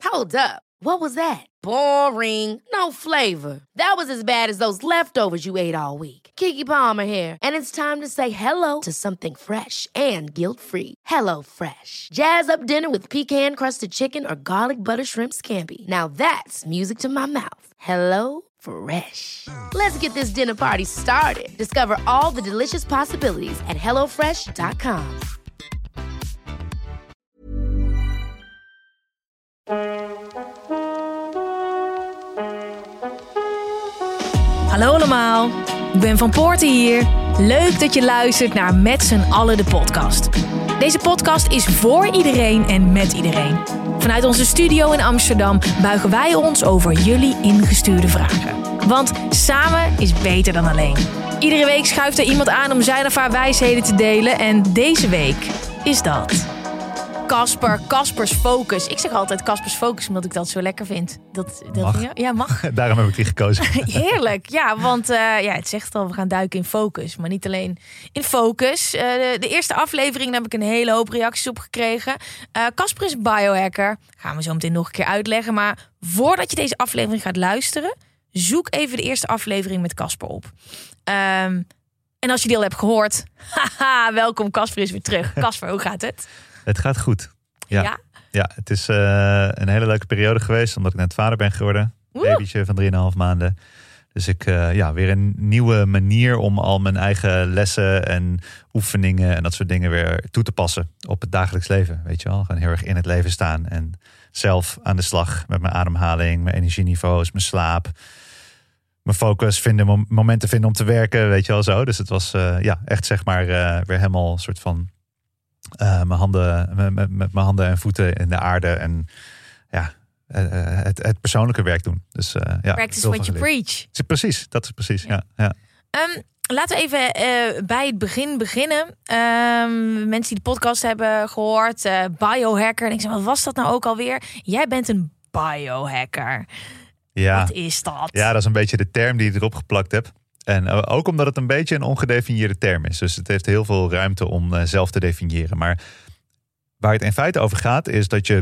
Hold up. What was that? Boring. No flavor. That was as bad as those leftovers you ate all week. Keke Palmer here. And it's time to say hello to something fresh and guilt-free. Hello Fresh. Jazz up dinner with pecan-crusted chicken or garlic butter shrimp scampi. Now that's music to my mouth. Hello Fresh. Let's get this dinner party started. Discover all the delicious possibilities at hellofresh.com. Hallo allemaal, ik ben Van Poorten hier. Leuk dat je luistert naar Met z'n allen de podcast. Deze podcast is voor iedereen en met iedereen. Vanuit onze studio in Amsterdam buigen wij ons over jullie ingestuurde vragen. Want samen is beter dan alleen. Iedere week schuift er iemand aan om zijn of haar wijsheden te delen. En deze week is dat Caspers Focus. Ik zeg altijd Caspers Focus, omdat ik dat zo lekker vind. Dat mag. Ja, mag. Daarom heb ik die gekozen. Heerlijk, ja, want het zegt al, we gaan duiken in focus. Maar niet alleen in focus. De eerste aflevering, daar heb ik een hele hoop reacties op gekregen. Casper is biohacker. Gaan we zo meteen nog een keer uitleggen. Maar voordat je deze aflevering gaat luisteren, zoek even de eerste aflevering met Casper op. En als je die al hebt gehoord, haha, welkom, Casper is weer terug. Casper, hoe gaat het? Het gaat goed. Ja, het is een hele leuke periode geweest, omdat ik net vader ben geworden. Babytje van 3,5 maanden. Dus ik weer een nieuwe manier om al mijn eigen lessen en oefeningen en dat soort dingen weer toe te passen op het dagelijks leven. Weet je wel, gewoon heel erg in het leven staan en zelf aan de slag met mijn ademhaling, mijn energieniveaus, mijn slaap, mijn focus, momenten vinden om te werken, weet je wel zo. Dus het was echt zeg maar weer helemaal een soort van met mijn handen en voeten in de aarde en het persoonlijke werk doen. Dus practice what you preach. Precies, dat is precies. Ja. Laten we even bij het begin beginnen. Mensen die de podcast hebben gehoord, biohacker. En ik zeg, wat was dat nou ook alweer? Jij bent een biohacker. Ja. Wat is dat? Ja, dat is een beetje de term die ik erop geplakt heb. En ook omdat het een beetje een ongedefinieerde term is. Dus het heeft heel veel ruimte om zelf te definiëren. Maar waar het in feite over gaat, is dat je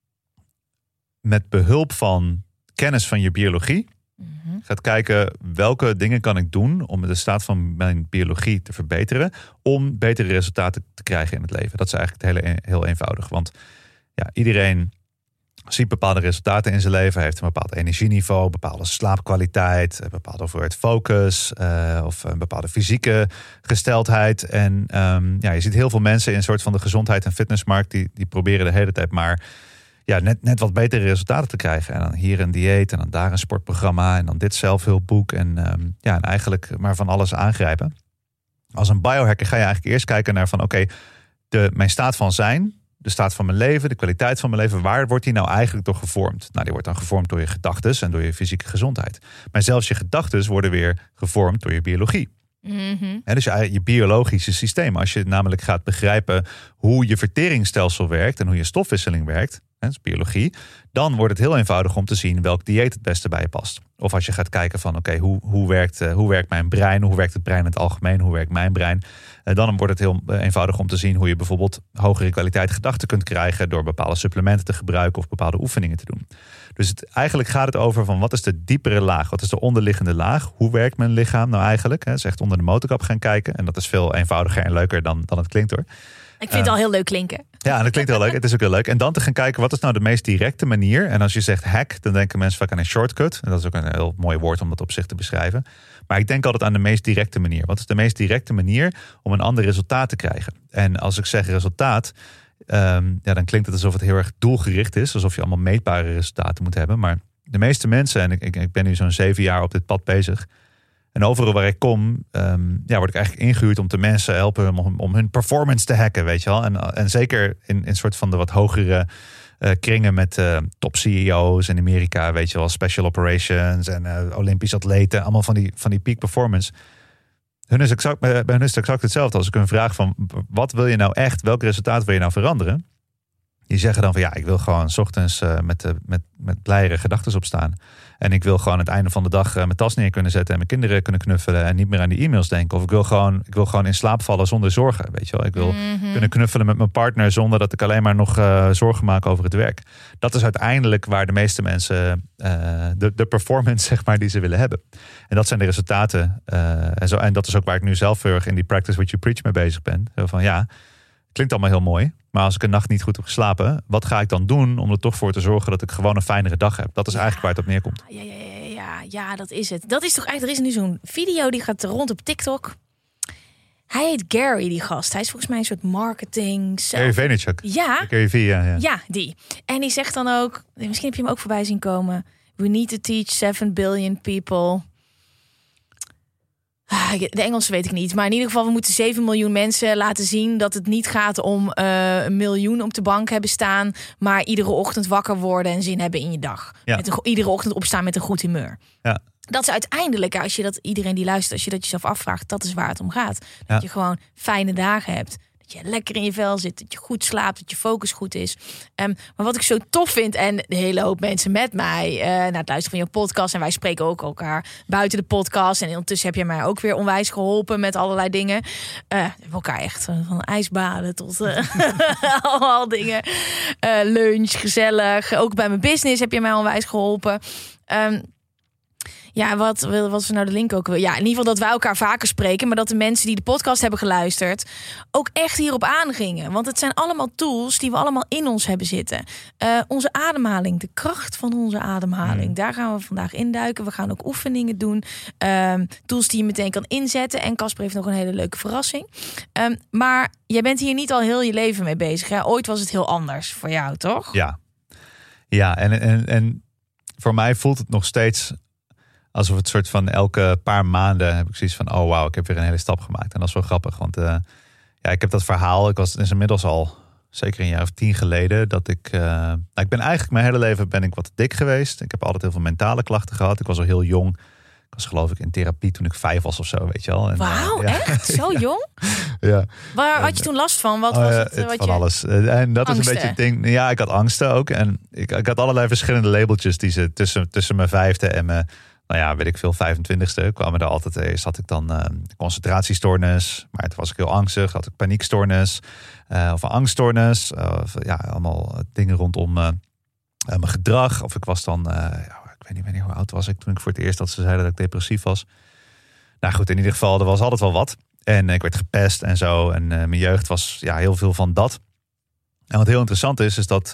met behulp van kennis van je biologie gaat kijken welke dingen kan ik doen om de staat van mijn biologie te verbeteren, om betere resultaten te krijgen in het leven. Dat is eigenlijk heel eenvoudig. Want iedereen ziet bepaalde resultaten in zijn leven, heeft een bepaald energieniveau, bepaalde slaapkwaliteit, een bepaalde hoeveelheid focus of een bepaalde fysieke gesteldheid. En je ziet heel veel mensen in een soort van de gezondheid- en fitnessmarkt die proberen de hele tijd maar net wat betere resultaten te krijgen. En dan hier een dieet en dan daar een sportprogramma en dan dit zelfhulpboek en eigenlijk maar van alles aangrijpen. Als een biohacker ga je eigenlijk eerst kijken naar van mijn staat van zijn, de staat van mijn leven, de kwaliteit van mijn leven, waar wordt die nou eigenlijk door gevormd? Nou, die wordt dan gevormd door je gedachtes en door je fysieke gezondheid. Maar zelfs je gedachtes worden weer gevormd door je biologie. Mm-hmm. Dus je biologische systeem. Als je namelijk gaat begrijpen hoe je verteringsstelsel werkt en hoe je stofwisseling werkt, dat is biologie, dan wordt het heel eenvoudig om te zien welk dieet het beste bij je past. Of als je gaat kijken van hoe werkt mijn brein, hoe werkt het brein in het algemeen, hoe werkt mijn brein, dan wordt het heel eenvoudig om te zien hoe je bijvoorbeeld hogere kwaliteit gedachten kunt krijgen door bepaalde supplementen te gebruiken of bepaalde oefeningen te doen. Dus eigenlijk gaat het over van wat is de diepere laag, wat is de onderliggende laag, hoe werkt mijn lichaam nou eigenlijk? Dus echt onder de motorkap gaan kijken en dat is veel eenvoudiger en leuker dan het klinkt hoor. Ik vind het al heel leuk klinken. Ja, dat klinkt heel leuk. Het is ook heel leuk. En dan te gaan kijken, wat is nou de meest directe manier? En als je zegt hack, dan denken mensen vaak aan een shortcut. En dat is ook een heel mooi woord om dat op zich te beschrijven. Maar ik denk altijd aan de meest directe manier. Wat is de meest directe manier om een ander resultaat te krijgen? En als ik zeg resultaat, dan klinkt het alsof het heel erg doelgericht is. Alsof je allemaal meetbare resultaten moet hebben. Maar de meeste mensen, en ik ben nu zo'n 7 jaar op dit pad bezig. En overal waar ik kom, word ik eigenlijk ingehuurd om de mensen te helpen om hun performance te hacken, weet je wel. En zeker in soort van de wat hogere kringen met top CEO's in Amerika, weet je wel, special operations en Olympische atleten, allemaal van die peak performance. Bij hun is het exact hetzelfde. Als ik hun vraag van wat wil je nou echt, welk resultaat wil je nou veranderen? Die zeggen dan van ja, ik wil gewoon 's ochtends met blijere gedachten opstaan. En ik wil gewoon het einde van de dag mijn tas neer kunnen zetten en mijn kinderen kunnen knuffelen en niet meer aan die e-mails denken. Of ik wil gewoon in slaap vallen zonder zorgen. Weet je wel? Ik wil kunnen knuffelen met mijn partner zonder dat ik alleen maar nog zorgen maak over het werk. Dat is uiteindelijk waar de meeste mensen de performance, zeg maar, die ze willen hebben. En dat zijn de resultaten. En dat is ook waar ik nu zelf heel erg in die practice what you preach mee bezig ben. Zo van ja, klinkt allemaal heel mooi. Maar als ik een nacht niet goed heb geslapen, wat ga ik dan doen om er toch voor te zorgen dat ik gewoon een fijnere dag heb? Dat is eigenlijk waar het op neerkomt. Ja, dat is het. Dat is toch eigenlijk, er is nu zo'n video die gaat rond op TikTok. Hij heet Gary, die gast. Hij is volgens mij een soort marketing. Gary Vaynerchuk. Ja. Gary V, ja. Ja, die. En die zegt dan ook, misschien heb je hem ook voorbij zien komen. We need to teach 7 billion people. De Engelse weet ik niet. Maar in ieder geval, we moeten 7 miljoen mensen laten zien dat het niet gaat om 1 miljoen op de bank hebben staan, maar iedere ochtend wakker worden en zin hebben in je dag. Ja. Iedere ochtend opstaan met een goed humeur. Ja. Dat is uiteindelijk, als je dat iedereen die luistert, als je dat jezelf afvraagt, dat is waar het om gaat. Dat je gewoon fijne dagen hebt. Dat je lekker in je vel zit, dat je goed slaapt, dat je focus goed is. Maar wat ik zo tof vind, en de hele hoop mensen met mij naar het luisteren van je podcast, en wij spreken ook elkaar buiten de podcast, en ondertussen heb je mij ook weer onwijs geholpen met allerlei dingen. We hebben elkaar echt van ijsbaden tot allemaal dingen. Lunch, gezellig. Ook bij mijn business heb je mij onwijs geholpen. Ja, wat was nou de link ook? Ja, in ieder geval dat wij elkaar vaker spreken, maar dat de mensen die de podcast hebben geluisterd ook echt hierop aangingen. Want het zijn allemaal tools die we allemaal in ons hebben zitten. Onze ademhaling, de kracht van onze ademhaling. Daar gaan we vandaag induiken. We gaan ook oefeningen doen. Tools die je meteen kan inzetten. En Casper heeft nog een hele leuke verrassing. Maar jij bent hier niet al heel je leven mee bezig. Hè? Ooit was het heel anders voor jou, toch? Ja, en voor mij voelt het nog steeds alsof het soort van elke paar maanden heb ik zoiets van, oh wauw, ik heb weer een hele stap gemaakt. En dat is wel grappig, want ik heb dat verhaal. Ik was inmiddels al zeker een jaar of 10 geleden dat ik ben eigenlijk mijn hele leven ben ik wat dik geweest. Ik heb altijd heel veel mentale klachten gehad. Ik was al heel jong. Ik was geloof ik in therapie toen ik 5 was of zo, weet je wel. Wauw, echt? Zo jong? Ja. Waar had je toen last van? Wat was het? Van alles. En dat angsten. is een beetje het ding. Ja, ik had angsten ook. En ik had allerlei verschillende labeltjes die ze tussen mijn 5e en mijn, weet ik veel, 25e kwamen er altijd. Eerst had ik dan concentratiestoornis, maar toen was ik heel angstig. Had ik paniekstoornis of een angststoornis. Allemaal dingen rondom mijn gedrag. Of ik was dan, ik weet niet meer hoe oud was ik toen ik voor het eerst dat ze zeiden dat ik depressief was. Nou goed, in ieder geval, er was altijd wel wat. En ik werd gepest en zo. En mijn jeugd was heel veel van dat. En wat heel interessant is dat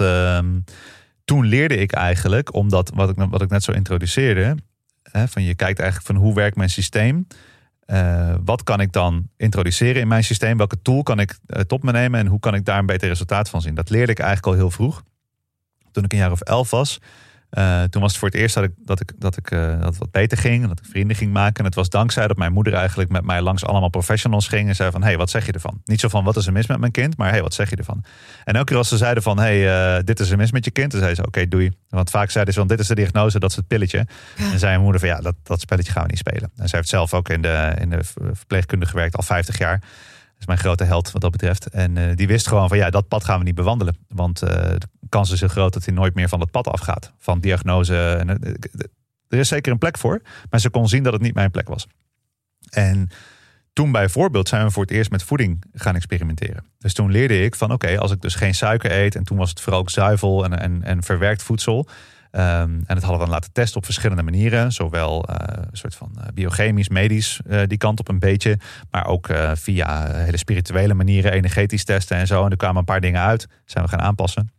toen leerde ik eigenlijk, omdat wat ik net zo introduceerde, van je kijkt eigenlijk van hoe werkt mijn systeem. Wat kan ik dan introduceren in mijn systeem? Welke tool kan ik tot me nemen en hoe kan ik daar een beter resultaat van zien? Dat leerde ik eigenlijk al heel vroeg. Toen ik een jaar of 11 was. Toen was het voor het eerst dat het wat beter ging. Dat ik vrienden ging maken. En het was dankzij dat mijn moeder eigenlijk met mij langs allemaal professionals ging. En zei van, hey, wat zeg je ervan? Niet zo van, wat is er mis met mijn kind? Maar hey, wat zeg je ervan? En elke keer als ze zeiden van, hey, dit is er mis met je kind. Dan zei ze, oké, doei. Want vaak zeiden ze van, dit is de diagnose, dat is het pilletje. Ja. En zei mijn moeder van, ja, dat spelletje gaan we niet spelen. En zij heeft zelf ook in de verpleegkunde gewerkt al 50 jaar. Dat is mijn grote held wat dat betreft. En die wist gewoon van, dat pad gaan we niet bewandelen. Want de kans is heel groot dat hij nooit meer van dat pad afgaat. Van diagnose. En, er is zeker een plek voor. Maar ze kon zien dat het niet mijn plek was. En toen bijvoorbeeld zijn we voor het eerst met voeding gaan experimenteren. Dus toen leerde ik van oké, als ik dus geen suiker eet. En toen was het vooral ook zuivel en verwerkt voedsel. En dat hadden we dan laten testen op verschillende manieren. Zowel een soort van biochemisch, medisch die kant op een beetje. Maar ook via hele spirituele manieren, energetisch testen en zo. En er kwamen een paar dingen uit. Zijn we gaan aanpassen.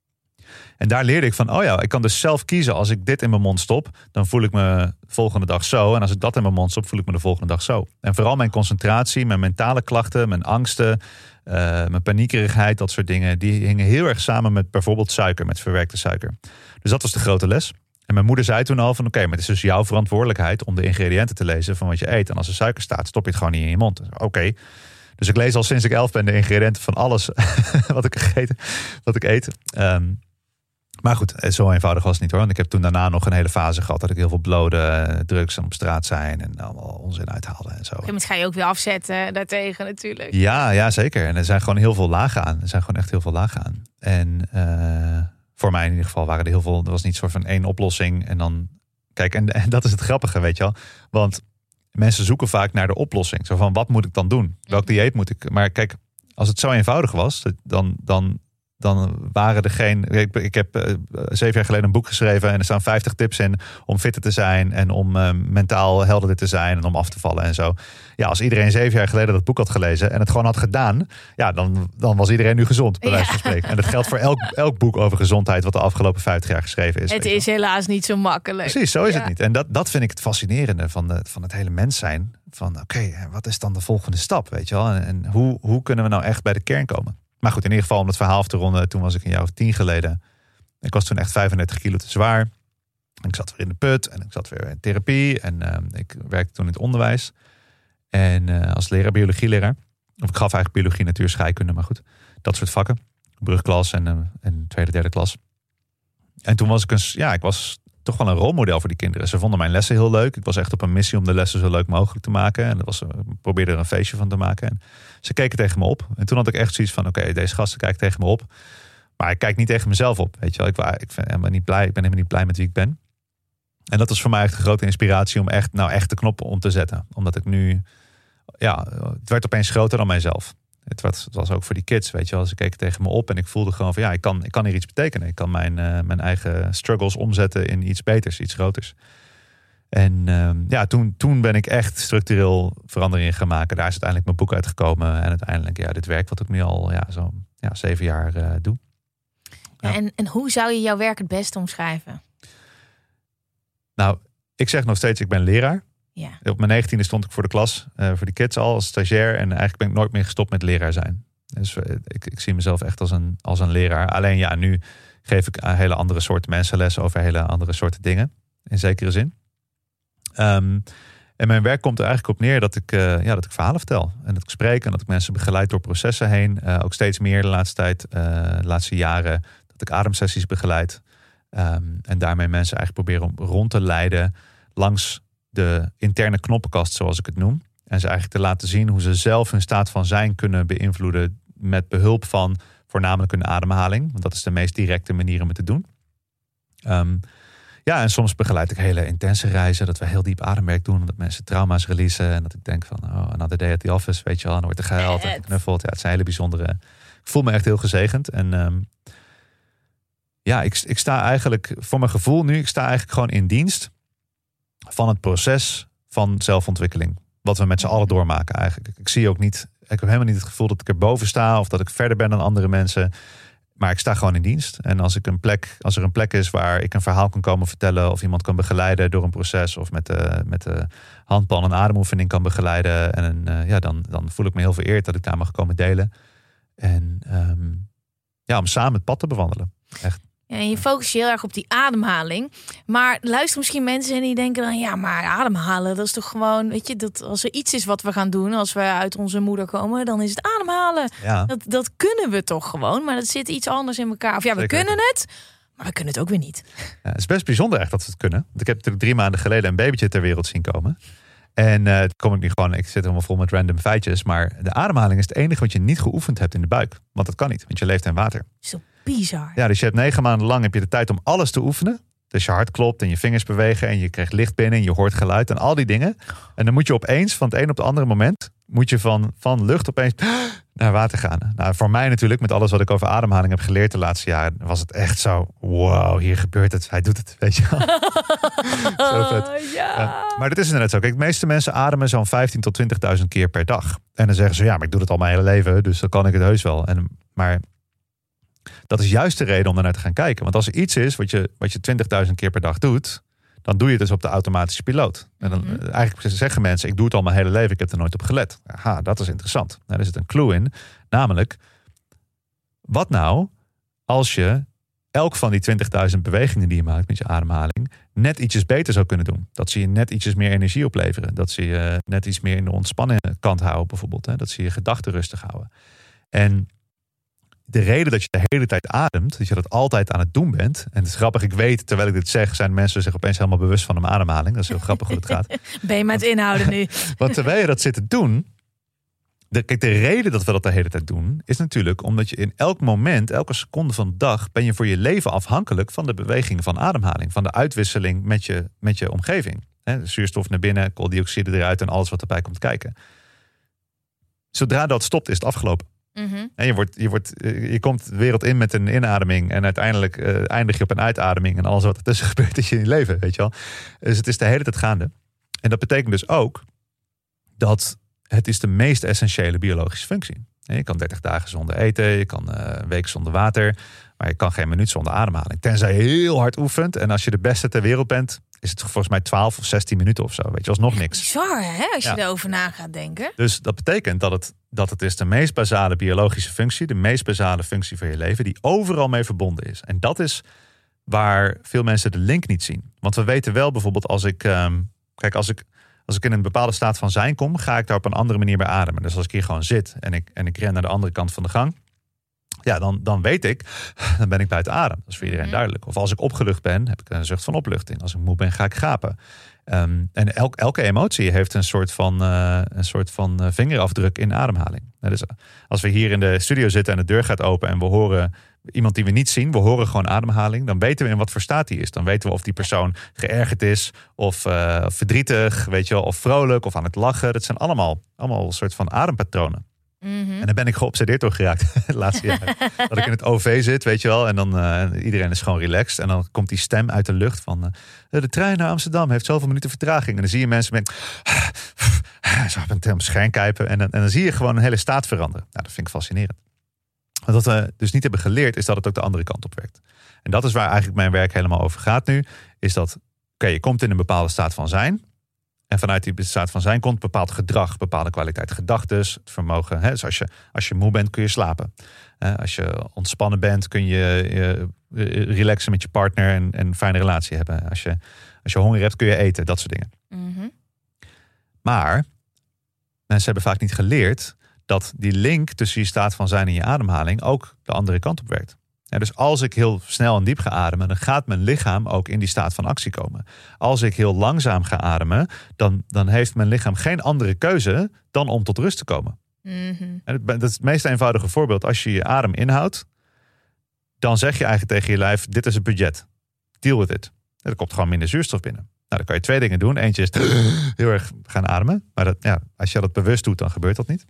En daar leerde ik van, ik kan dus zelf kiezen. Als ik dit in mijn mond stop, dan voel ik me de volgende dag zo. En als ik dat in mijn mond stop, voel ik me de volgende dag zo. En vooral mijn concentratie, mijn mentale klachten, mijn angsten, mijn paniekerigheid, dat soort dingen, die hingen heel erg samen met bijvoorbeeld suiker, met verwerkte suiker. Dus dat was de grote les. En mijn moeder zei toen al van oké, maar het is dus jouw verantwoordelijkheid om de ingrediënten te lezen van wat je eet. En als er suiker staat, stop je het gewoon niet in je mond. Oké. Dus ik lees al sinds ik 11 ben de ingrediënten van alles wat ik eet. Maar goed, zo eenvoudig was het niet hoor. Want ik heb toen daarna nog een hele fase gehad dat ik heel veel blode, drugs en op straat zijn en allemaal onzin uithaalde en zo. Op ga je ook weer afzetten daartegen natuurlijk. Ja, zeker. En er zijn gewoon heel veel lagen aan. Er zijn gewoon echt heel veel lagen aan. En voor mij in ieder geval waren er heel veel. Er was niet soort van één oplossing. En dan, kijk, en dat is het grappige, weet je wel. Want mensen zoeken vaak naar de oplossing. Zo van, wat moet ik dan doen? Welk dieet moet ik? Maar kijk, als het zo eenvoudig was, dan waren er geen... Ik heb 7 jaar geleden een boek geschreven en er staan 50 tips in om fitter te zijn en om mentaal helderder te zijn en om af te vallen en zo. Ja, als iedereen 7 jaar geleden dat boek had gelezen en het gewoon had gedaan, ja, dan was iedereen nu gezond, bij wijze van spreken. En dat geldt voor elk boek over gezondheid wat de afgelopen 50 jaar geschreven is. Het is helaas niet zo makkelijk. Precies, zo is het niet. En dat vind ik het fascinerende van het hele mens zijn. Van oké, wat is dan de volgende stap, weet je wel? En hoe kunnen we nou echt bij de kern komen? Maar goed, in ieder geval om het verhaal af te ronden. Toen was ik een jaar of 10 geleden. Ik was toen echt 35 kilo te zwaar. En ik zat weer in de put. En ik zat weer in therapie. En ik werkte toen in het onderwijs. En als leraar, biologieleraar. Of ik gaf eigenlijk biologie, natuur, scheikunde. Maar goed, dat soort vakken. Brugklas en tweede, derde klas. En toen was ik was toch wel een rolmodel voor die kinderen. Ze vonden mijn lessen heel leuk. Ik was echt op een missie om de lessen zo leuk mogelijk te maken. En ik probeerde er een feestje van te maken. En ze keken tegen me op. En toen had ik echt zoiets van, oké, deze gasten kijken tegen me op. Maar ik kijk niet tegen mezelf op. Weet je wel, ik ben helemaal niet blij met wie ik ben. En dat was voor mij echt een grote inspiratie om echt de knoppen om te zetten. Omdat ik nu, het werd opeens groter dan mijzelf. Het was ook voor die kids, weet je wel. Ze keken tegen me op en ik voelde gewoon van, ik kan hier iets betekenen. Ik kan mijn eigen struggles omzetten in iets beters, iets groters. En toen ben ik echt structureel veranderingen gaan maken. Daar is uiteindelijk mijn boek uitgekomen. En uiteindelijk dit werk wat ik nu al 7 jaar doe. Ja. En hoe zou je jouw werk het beste omschrijven? Nou, ik zeg nog steeds, ik ben leraar. Ja. Op mijn 19e stond ik voor de klas, voor die kids al als stagiair. En eigenlijk ben ik nooit meer gestopt met leraar zijn. Dus ik zie mezelf echt als een leraar. Alleen nu geef ik aan hele andere soorten mensen les over hele andere soorten dingen. In zekere zin. En mijn werk komt er eigenlijk op neer dat ik verhalen vertel. En dat ik spreek en dat ik mensen begeleid door processen heen. Ook steeds meer de laatste tijd, de laatste jaren, dat ik ademsessies begeleid. En daarmee mensen eigenlijk proberen rond te leiden langs de interne knoppenkast, zoals ik het noem. En ze eigenlijk te laten zien hoe ze zelf hun staat van zijn kunnen beïnvloeden met behulp van voornamelijk hun ademhaling. Want dat is de meest directe manier om het te doen. En soms begeleid ik hele intense reizen, dat we heel diep ademwerk doen, dat mensen trauma's releasen. En dat ik denk van, another day at the office, weet je wel, en dan wordt er gehuild en geknuffeld. Ja, het zijn hele bijzondere. Ik voel me echt heel gezegend. En ik sta eigenlijk, voor mijn gevoel nu, ik sta eigenlijk gewoon in dienst van het proces van zelfontwikkeling. Wat we met z'n allen doormaken eigenlijk. Ik heb helemaal niet het gevoel dat ik erboven sta of dat ik verder ben dan andere mensen. Maar ik sta gewoon in dienst. En als er een plek is waar ik een verhaal kan komen vertellen of iemand kan begeleiden door een proces of met de handpan een ademoefening kan begeleiden. En dan voel ik me heel vereerd dat ik daar mag komen delen. En om samen het pad te bewandelen. Echt. Ja, en je focust je heel erg op die ademhaling. Maar luisteren misschien mensen en die denken dan, ja, maar ademhalen, dat is toch gewoon, weet je, dat als er iets is wat we gaan doen als we uit onze moeder komen, dan is het ademhalen. Ja. Dat kunnen we toch gewoon, maar dat zit iets anders in elkaar. Of we kunnen het, maar we kunnen het ook weer niet. Ja, het is best bijzonder echt dat we het kunnen. Want ik heb natuurlijk 3 maanden geleden een babytje ter wereld zien komen. En kom ik nu gewoon, ik zit helemaal vol met random feitjes, maar de ademhaling is het enige wat je niet geoefend hebt in de buik. Want dat kan niet, want je leeft in water. Zo bizar. Ja, dus je hebt 9 maanden lang heb je de tijd om alles te oefenen. Dus je hart klopt en je vingers bewegen en je krijgt licht binnen en je hoort geluid en al die dingen. En dan moet je opeens van het een op het andere moment moet je van lucht opeens naar water gaan. Nou, voor mij natuurlijk, met alles wat ik over ademhaling heb geleerd de laatste jaren, was het echt zo, wow, hier gebeurt het. Hij doet het, weet je wel. Zo vet. Ja. Maar dat is inderdaad zo. Kijk, de meeste mensen ademen zo'n 15.000 tot 20.000 keer per dag. En dan zeggen ze, ja, maar ik doe het al mijn hele leven, dus dan kan ik het heus wel. Maar dat is juist de reden om er naar te gaan kijken. Want als er iets is wat je 20.000 keer per dag doet, dan doe je het dus op de automatische piloot. En dan eigenlijk zeggen mensen, ik doe het al mijn hele leven, ik heb er nooit op gelet. Aha, dat is interessant. Nou, daar zit een clue in. Namelijk, wat nou als je elk van die 20.000 bewegingen die je maakt met je ademhaling net ietsjes beter zou kunnen doen? Dat zie je net ietsjes meer energie opleveren. Dat zie je net iets meer in de ontspannen kant houden bijvoorbeeld. Dat zie je gedachten rustig houden. En de reden dat je de hele tijd ademt, dat je dat altijd aan het doen bent. En het is grappig, ik weet, terwijl ik dit zeg, zijn mensen zich opeens helemaal bewust van hun ademhaling. Dat is heel grappig hoe het gaat. Ben je met inhouden nu? Want terwijl je dat zit te doen, de reden dat we dat de hele tijd doen, is natuurlijk omdat je in elk moment, elke seconde van de dag, ben je voor je leven afhankelijk van de beweging van ademhaling. Van de uitwisseling met je omgeving. De zuurstof naar binnen, kooldioxide eruit en alles wat erbij komt kijken. Zodra dat stopt, is het afgelopen. Mm-hmm. En je komt de wereld in met een inademing en uiteindelijk eindig je op een uitademing en alles wat ertussen gebeurt is in je leven, weet je wel. Dus het is de hele tijd gaande. En dat betekent dus ook dat het is de meest essentiële biologische functie. Je kan 30 dagen zonder eten, je kan een week zonder water, maar je kan geen minuut zonder ademhaling. Tenzij je heel hard oefent en als je de beste ter wereld bent, is het volgens mij 12 of 16 minuten of zo. Weet je, alsnog niks. Bizar, hè, als je erover na gaat denken. Dus dat betekent dat het is de meest basale biologische functie, de meest basale functie van je leven, die overal mee verbonden is. En dat is waar veel mensen de link niet zien. Want we weten wel bijvoorbeeld als ik in een bepaalde staat van zijn kom, ga ik daar op een andere manier bij ademen. Dus als ik hier gewoon zit en ik ren naar de andere kant van de gang, ja, dan weet ik, dan ben ik buiten adem. Dat is voor iedereen duidelijk. Of als ik opgelucht ben, heb ik een zucht van opluchting. Als ik moe ben, ga ik gapen. En elke emotie heeft een soort van vingerafdruk in ademhaling. Dus als we hier in de studio zitten en de deur gaat open en we horen iemand die we niet zien, we horen gewoon ademhaling, dan weten we in wat voor staat die is. Dan weten we of die persoon geërgerd is of verdrietig, weet je wel, of vrolijk of aan het lachen. Dat zijn allemaal een soort van adempatronen. Mm-hmm. En daar ben ik geobsedeerd door geraakt het laatste jaar. Dat ik in het OV zit, weet je wel. En dan iedereen is gewoon relaxed. En dan komt die stem uit de lucht van de trein naar Amsterdam heeft zoveel minuten vertraging. En dan zie je mensen met zo op een scherm kijken. En dan zie je gewoon een hele staat veranderen. Nou, dat vind ik fascinerend. Wat we dus niet hebben geleerd is dat het ook de andere kant op werkt. En dat is waar eigenlijk mijn werk helemaal over gaat nu. Is dat, je komt in een bepaalde staat van zijn. En vanuit die staat van zijn komt bepaald gedrag, bepaalde kwaliteit gedachtes, het vermogen. Dus als je moe bent, kun je slapen. Als je ontspannen bent, kun je relaxen met je partner en een fijne relatie hebben. Als je honger hebt, kun je eten, dat soort dingen. Mm-hmm. Maar mensen hebben vaak niet geleerd dat die link tussen je staat van zijn en je ademhaling ook de andere kant op werkt. Ja, dus als ik heel snel en diep ga ademen, dan gaat mijn lichaam ook in die staat van actie komen. Als ik heel langzaam ga ademen, dan heeft mijn lichaam geen andere keuze dan om tot rust te komen. Mm-hmm. En dat is het meest eenvoudige voorbeeld. Als je je adem inhoudt, dan zeg je eigenlijk tegen je lijf, dit is het budget. Deal with it. Er komt gewoon minder zuurstof binnen. Nou, dan kan je 2 dingen doen. Eentje is heel erg gaan ademen. Maar als je dat bewust doet, dan gebeurt dat niet.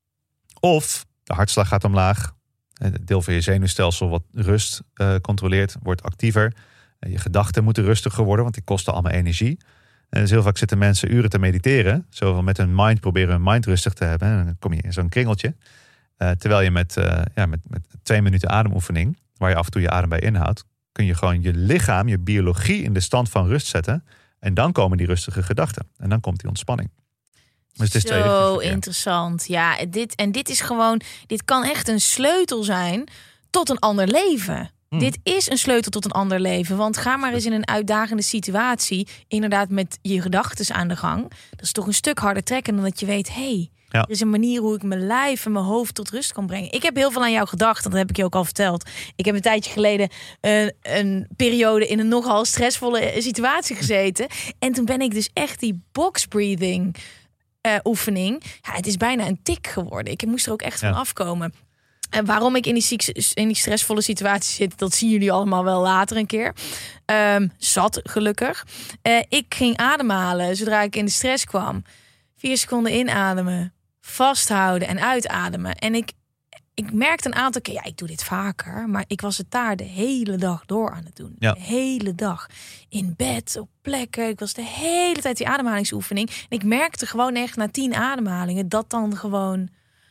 Of de hartslag gaat omlaag. Het deel van je zenuwstelsel wat rust controleert, wordt actiever. Je gedachten moeten rustiger worden, want die kosten allemaal energie. En dus heel vaak zitten mensen uren te mediteren. Zoveel met hun mind proberen hun mind rustig te hebben. En dan kom je in zo'n kringeltje. Terwijl je met 2 minuten ademoefening, waar je af en toe je adem bij inhoudt, kun je gewoon je lichaam, je biologie in de stand van rust zetten. En dan komen die rustige gedachten. En dan komt die ontspanning. Dus het is zo interessant. Ja, dit is gewoon, dit kan echt een sleutel zijn tot een ander leven. Dit is een sleutel tot een ander leven. Want ga maar eens in een uitdagende situatie, inderdaad met je gedachten aan de gang. Dat is toch een stuk harder trekken dan dat je weet, er is een manier hoe ik mijn lijf en mijn hoofd tot rust kan brengen. Ik heb heel veel aan jou gedacht, dat heb ik je ook al verteld. Ik heb een tijdje geleden een periode in een nogal stressvolle situatie gezeten. En toen ben ik dus echt die box breathing oefening. Ja, het is bijna een tik geworden. Ik moest er ook echt van afkomen. En waarom ik in die stressvolle situatie zit, dat zien jullie allemaal wel later een keer. Zat gelukkig. Ik ging ademhalen zodra ik in de stress kwam. 4 seconden inademen, vasthouden en uitademen. En ik merkte een aantal keer, ik doe dit vaker, maar ik was het daar de hele dag door aan het doen. Ja. De hele dag. In bed, op plekken. Ik was de hele tijd die ademhalingsoefening. En ik merkte gewoon echt na 10 ademhalingen dat dan gewoon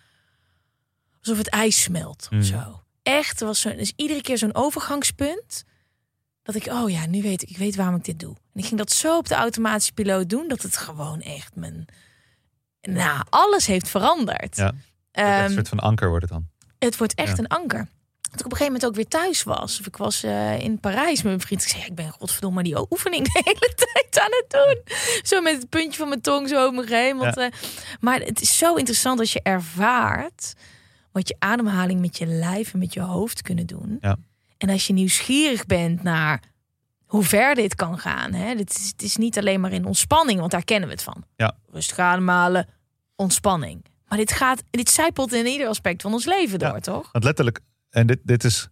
alsof het ijs smelt. Zo. Echt, was dus iedere keer zo'n overgangspunt. Dat ik, nu weet ik weet waarom ik dit doe. En ik ging dat zo op de automatische piloot doen, dat het gewoon echt alles heeft veranderd. Ja. Een soort van anker wordt het dan. Het wordt echt een anker. Dat ik op een gegeven moment ook weer thuis was. Of ik was in Parijs met mijn vriend. Ik zei, ik ben godverdomme die oefening de hele tijd aan het doen. Zo met het puntje van mijn tong zo over me heen. Maar het is zo interessant als je ervaart wat je ademhaling met je lijf en met je hoofd kunnen doen. Ja. En als je nieuwsgierig bent naar hoe ver dit kan gaan. Hè? Het is niet alleen maar in ontspanning, want daar kennen we het van. Ja. Rustig ademhalen, ontspanning. Maar dit zijpelt in ieder aspect van ons leven door, toch? Want letterlijk, en dit is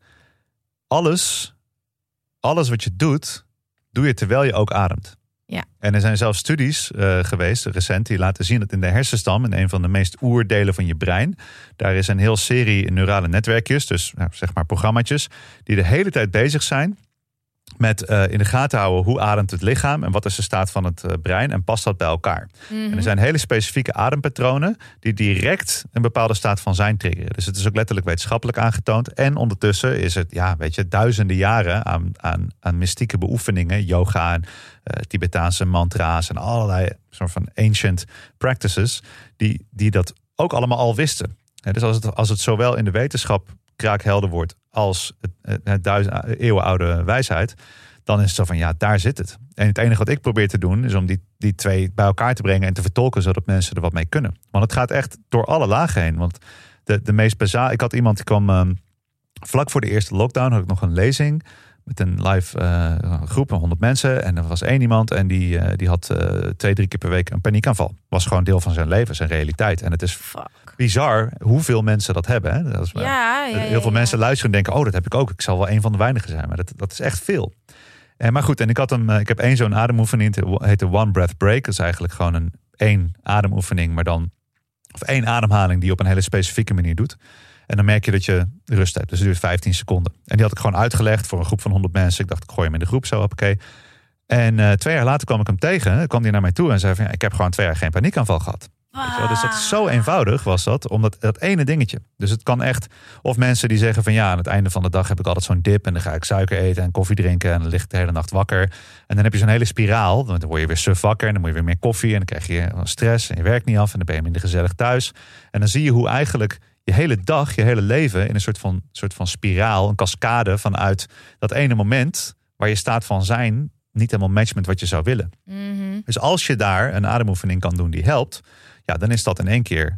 alles wat je doet, doe je terwijl je ook ademt. Ja. En er zijn zelfs studies geweest, recent, die laten zien dat in de hersenstam, in een van de meest oerdelen van je brein, daar is een heel serie neurale netwerkjes, dus zeg maar programmaatjes, die de hele tijd bezig zijn met in de gaten houden hoe ademt het lichaam en wat is de staat van het brein en past dat bij elkaar. Mm-hmm. En er zijn hele specifieke adempatronen die direct een bepaalde staat van zijn triggeren. Dus het is ook letterlijk wetenschappelijk aangetoond. En ondertussen is het, duizenden jaren aan mystieke beoefeningen, yoga en Tibetaanse mantra's en allerlei soort van ancient practices die dat ook allemaal al wisten. Dus als het zowel in de wetenschap kraakhelder wordt als het eeuwenoude wijsheid, dan is het zo van, daar zit het. En het enige wat ik probeer te doen is om die twee bij elkaar te brengen en te vertolken, zodat mensen er wat mee kunnen. Want het gaat echt door alle lagen heen. Want de meest basale, ik had iemand die kwam vlak voor de eerste lockdown, had ik nog een lezing met een live groep van 100 mensen. En er was één iemand en die had 2-3 keer per week een paniekaanval. Was gewoon deel van zijn leven, zijn realiteit. En het is bizar hoeveel mensen dat hebben. Hè? Dat is heel veel mensen luisteren en denken, dat heb ik ook. Ik zal wel een van de weinigen zijn. Maar dat is echt veel. Maar goed, en ik heb één zo'n ademoefening. Het heet de One Breath Break. Dat is eigenlijk gewoon één ademoefening, maar dan of één ademhaling die je op een hele specifieke manier doet. En dan merk je dat je rust hebt. Dus het duurt 15 seconden. En die had ik gewoon uitgelegd voor een groep van 100 mensen. Ik dacht, ik gooi hem in de groep zo, oké. En 2 jaar later kwam ik hem tegen. Kwam hij naar mij toe en zei van, ik heb gewoon 2 jaar geen paniekaanval gehad. Dus dat is zo eenvoudig was dat. Omdat dat ene dingetje. Dus het kan echt. Of mensen die zeggen van, aan het einde van de dag heb ik altijd zo'n dip. En dan ga ik suiker eten en koffie drinken. En dan lig ik de hele nacht wakker. En dan heb je zo'n hele spiraal. Dan word je weer suf wakker. En dan moet je weer meer koffie. En dan krijg je stress. En je werkt niet af. En dan ben je minder gezellig thuis. En dan zie je hoe eigenlijk je hele dag, je hele leven in een soort van spiraal, een cascade vanuit dat ene moment waar je staat van zijn niet helemaal matcht met wat je zou willen. Mm-hmm. Dus als je daar een ademoefening kan doen die helpt, dan is dat in één keer.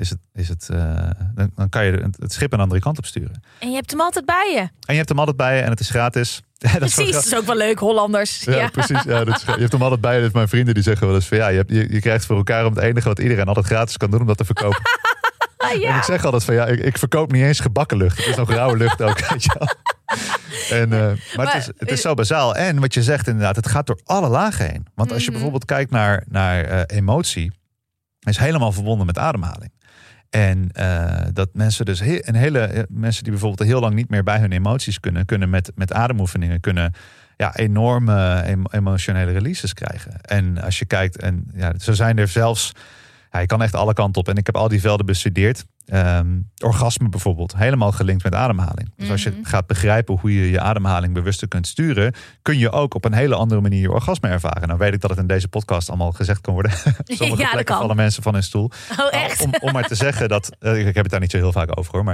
Dan kan je het schip een andere kant op sturen. En je hebt hem altijd bij je. En het is gratis. Precies, dat is ook wel leuk, Hollanders. Ja, precies. Ja, je hebt hem altijd bij je. Dus mijn vrienden die zeggen wel eens van je krijgt voor elkaar om het enige wat iedereen altijd gratis kan doen om dat te verkopen. En ik zeg altijd van ik verkoop niet eens gebakken lucht. Het is nog rauwe lucht ook. Weet je wel. Maar het is zo bazaal. En wat je zegt inderdaad, het gaat door alle lagen heen. Want als je bijvoorbeeld kijkt naar emotie, is helemaal verbonden met ademhaling. En dat mensen dus mensen die bijvoorbeeld heel lang niet meer bij hun emoties kunnen met ademoefeningen kunnen enorme emotionele releases krijgen. En als je kijkt, en zo zijn er zelfs, je kan echt alle kanten op. En ik heb al die velden bestudeerd. Orgasme bijvoorbeeld, helemaal gelinkt met ademhaling. Dus als je gaat begrijpen hoe je je ademhaling bewuster kunt sturen, kun je ook op een hele andere manier je orgasme ervaren. Nou weet ik dat het in deze podcast allemaal gezegd kan worden. Sommige plekken vallen mensen van hun stoel. Oh, echt? Om maar te zeggen dat, ik heb het daar niet zo heel vaak over hoor, maar